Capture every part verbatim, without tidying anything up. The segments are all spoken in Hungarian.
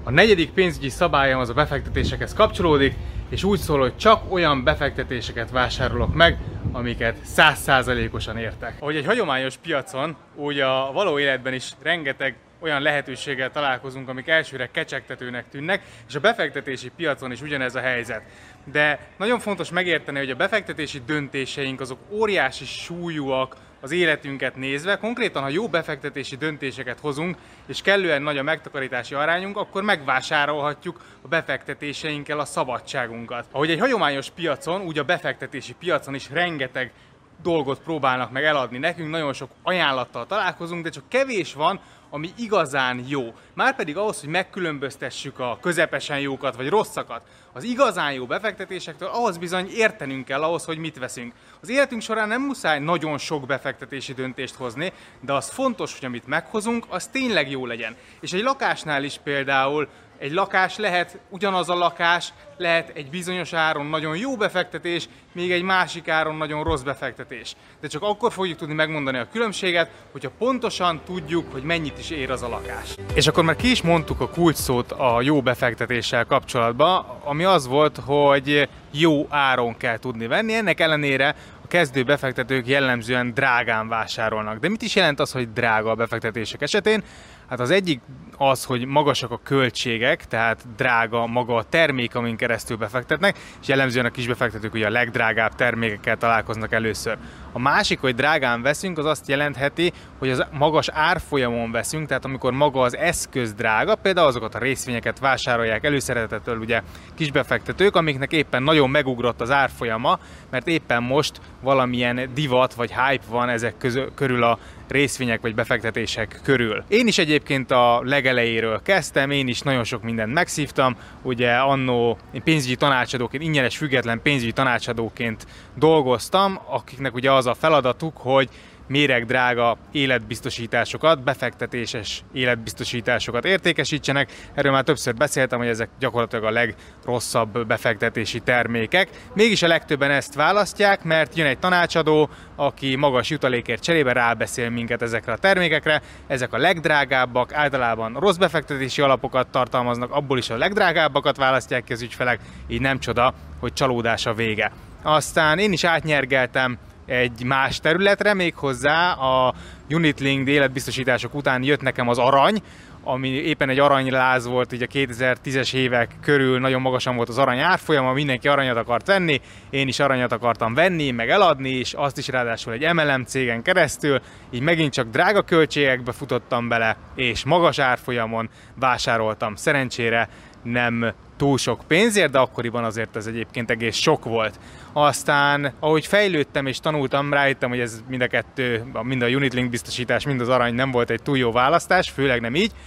A negyedik pénzügyi szabályom az a befektetésekhez kapcsolódik, és úgy szól, hogy csak olyan befektetéseket vásárolok meg, amiket száz százalékosan értek. Ahogy egy hagyományos piacon, úgy a való életben is rengeteg olyan lehetőséggel találkozunk, amik elsőre kecsegtetőnek tűnnek, és a befektetési piacon is ugyanez a helyzet. De nagyon fontos megérteni, hogy a befektetési döntéseink azok óriási súlyúak az életünket nézve. Konkrétan, ha jó befektetési döntéseket hozunk, és kellően nagy a megtakarítási arányunk, akkor megvásárolhatjuk a befektetéseinkkel a szabadságunkat. Ahogy egy hagyományos piacon, úgy a befektetési piacon is rengeteg dolgot próbálnak meg eladni nekünk, nagyon sok ajánlattal találkozunk, de csak kevés van, ami igazán jó. Márpedig ahhoz, hogy megkülönböztessük a közepesen jókat vagy rosszakat, az igazán jó befektetésektől, ahhoz bizony értenünk kell ahhoz, hogy mit veszünk. Az életünk során nem muszáj nagyon sok befektetési döntést hozni, de az fontos, hogy amit meghozunk, az tényleg jó legyen. És egy lakásnál is például egy lakás lehet ugyanaz a lakás, lehet egy bizonyos áron nagyon jó befektetés, még egy másik áron nagyon rossz befektetés. De csak akkor fogjuk tudni megmondani a különbséget, hogyha pontosan tudjuk, hogy mennyit is ér az a lakás. És akkor már ki is mondtuk a kulcsszót a jó befektetéssel kapcsolatban, ami az volt, hogy jó áron kell tudni venni. Ennek ellenére a kezdő befektetők jellemzően drágán vásárolnak. De mit is jelent az, hogy drága a befektetések esetén? Hát az egyik az, hogy magasak a költségek, tehát drága maga a termék, amin keresztül befektetnek, és jellemzően a kisbefektetők ugye a legdrágább termékekkel találkoznak először. A másik, hogy drágán veszünk, az azt jelentheti, hogy az magas árfolyamon veszünk, tehát amikor maga az eszköz drága, például azokat a részvényeket vásárolják előszeretettől ugye kisbefektetők, amiknek éppen nagyon megugrott az árfolyama, mert éppen most valamilyen divat vagy hype van ezek közül, körül a részvények vagy befektetések körül. Én is egyébként a legelejéről kezdtem, én is nagyon sok mindent megszívtam, ugye annó én pénzügyi tanácsadóként, ingyenes független pénzügyi tanácsadóként dolgoztam, akiknek ugye az a feladatuk, hogy méregdrága életbiztosításokat, befektetéses életbiztosításokat értékesítsenek. Erről már többször beszéltem, hogy ezek gyakorlatilag a legrosszabb befektetési termékek. Mégis a legtöbben ezt választják, mert jön egy tanácsadó, aki magas jutalékért cserébe rábeszél minket ezekre a termékekre. Ezek a legdrágábbak, általában rossz befektetési alapokat tartalmaznak, abból is a legdrágábbakat választják ki az ügyfelek, így nem csoda, hogy csalódás a vége. Aztán én is átnyergeltem egy más területre, méghozzá a unit-linked életbiztosítások után jött nekem az arany, ami éppen egy aranyláz volt, így a kétezer-tízes évek körül nagyon magasan volt az arany árfolyama, mindenki aranyat akart venni, én is aranyat akartam venni, meg eladni, és azt is ráadásul egy em el em cégen keresztül, így megint csak drága költségekbe futottam bele, és magas árfolyamon vásároltam. Szerencsére nem túl sok pénzért, de akkoriban azért ez egyébként egész sok volt. Aztán, ahogy fejlődtem és tanultam, rájöttem, hogy ez mind a kettő, mind a unit-linked biztosítás, mind az arany nem volt egy túl jó választás, főleg nem így,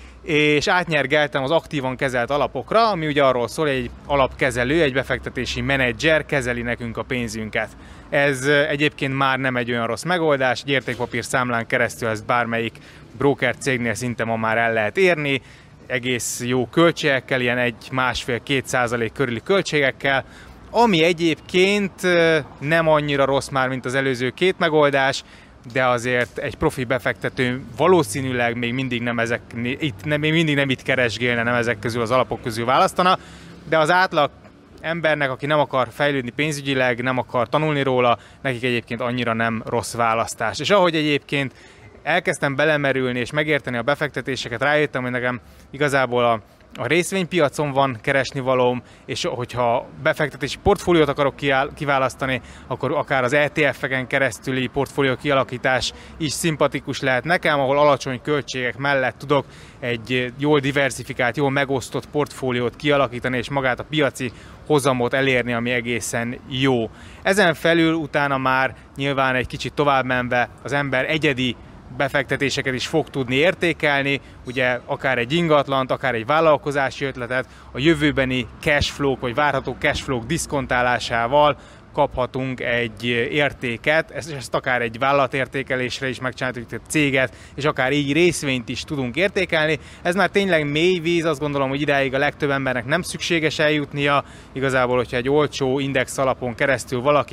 és átnyergeltem az aktívan kezelt alapokra, ami ugye arról szól, hogy egy alapkezelő, egy befektetési menedzser kezeli nekünk a pénzünket. Ez egyébként már nem egy olyan rossz megoldás, egy értékpapír számlán keresztül ezt bármelyik broker cégnél szinte ma már el lehet érni, egész jó költségekkel, ilyen egy másfél-két százalék körüli költségekkel, ami egyébként nem annyira rossz már, mint az előző két megoldás, de azért egy profi befektető valószínűleg még mindig nem ezek, itt, nem, még mindig nem itt keresgélne, nem ezek közül az alapok közül választana, de az átlag embernek, aki nem akar fejlődni pénzügyileg, nem akar tanulni róla, nekik egyébként annyira nem rossz választás. És ahogy egyébként elkezdtem belemerülni és megérteni a befektetéseket, rájöttem, hogy nekem igazából a, a részvénypiacon van keresnivalóm, és hogyha befektetési portfóliót akarok kiválasztani, akkor akár az é té ef-eken keresztüli portfólió kialakítás is szimpatikus lehet nekem, ahol alacsony költségek mellett tudok egy jól diversifikált, jól megosztott portfóliót kialakítani, és magát a piaci hozamot elérni, ami egészen jó. Ezen felül utána már nyilván egy kicsit tovább menve az ember egyedi befektetéseket is fog tudni értékelni, ugye akár egy ingatlant, akár egy vállalkozási ötletet, a jövőbeni cashflow-k vagy várható cashflow-k diszkontálásával kaphatunk egy értéket, ezt, ezt akár egy vállalatértékelésre is megcsináltuk, egy céget, és akár így részvényt is tudunk értékelni. Ez már tényleg mély víz, azt gondolom, hogy idáig a legtöbb embernek nem szükséges eljutnia. Igazából, hogyha egy olcsó index alapon keresztül valaki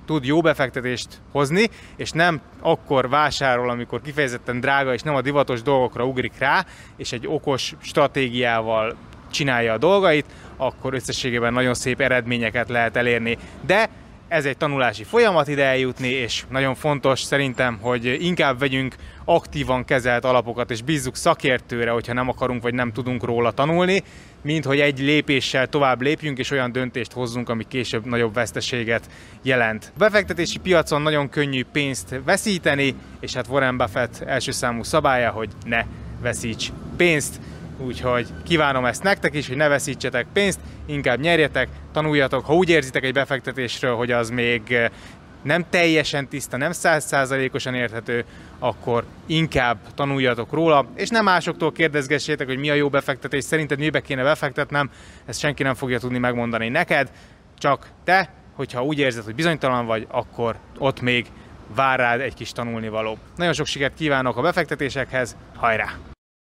tud jó befektetést hozni, és nem akkor vásárol, amikor kifejezetten drága, és nem a divatos dolgokra ugrik rá, és egy okos stratégiával csinálja a dolgait, akkor összességében nagyon szép eredményeket lehet elérni. De ez egy tanulási folyamat ide eljutni, és nagyon fontos szerintem, hogy inkább vegyünk aktívan kezelt alapokat, és bízzuk szakértőre, hogyha nem akarunk, vagy nem tudunk róla tanulni, mint hogy egy lépéssel tovább lépjünk, és olyan döntést hozzunk, ami később nagyobb veszteséget jelent. A befektetési piacon nagyon könnyű pénzt veszíteni, és hát Warren Buffett első számú szabálya, hogy ne veszíts pénzt. Úgyhogy kívánom ezt nektek is, hogy ne veszítsetek pénzt, inkább nyerjetek, tanuljatok. Ha úgy érzitek egy befektetésről, hogy az még nem teljesen tiszta, nem száz százalékosan érthető, akkor inkább tanuljatok róla, és nem másoktól kérdezgessétek, hogy mi a jó befektetés, szerinted mibe kéne befektetnem, ezt senki nem fogja tudni megmondani neked, csak te, hogyha úgy érzed, hogy bizonytalan vagy, akkor ott még vár rád egy kis tanulnivaló. Nagyon sok sikert kívánok a befektetésekhez, hajrá!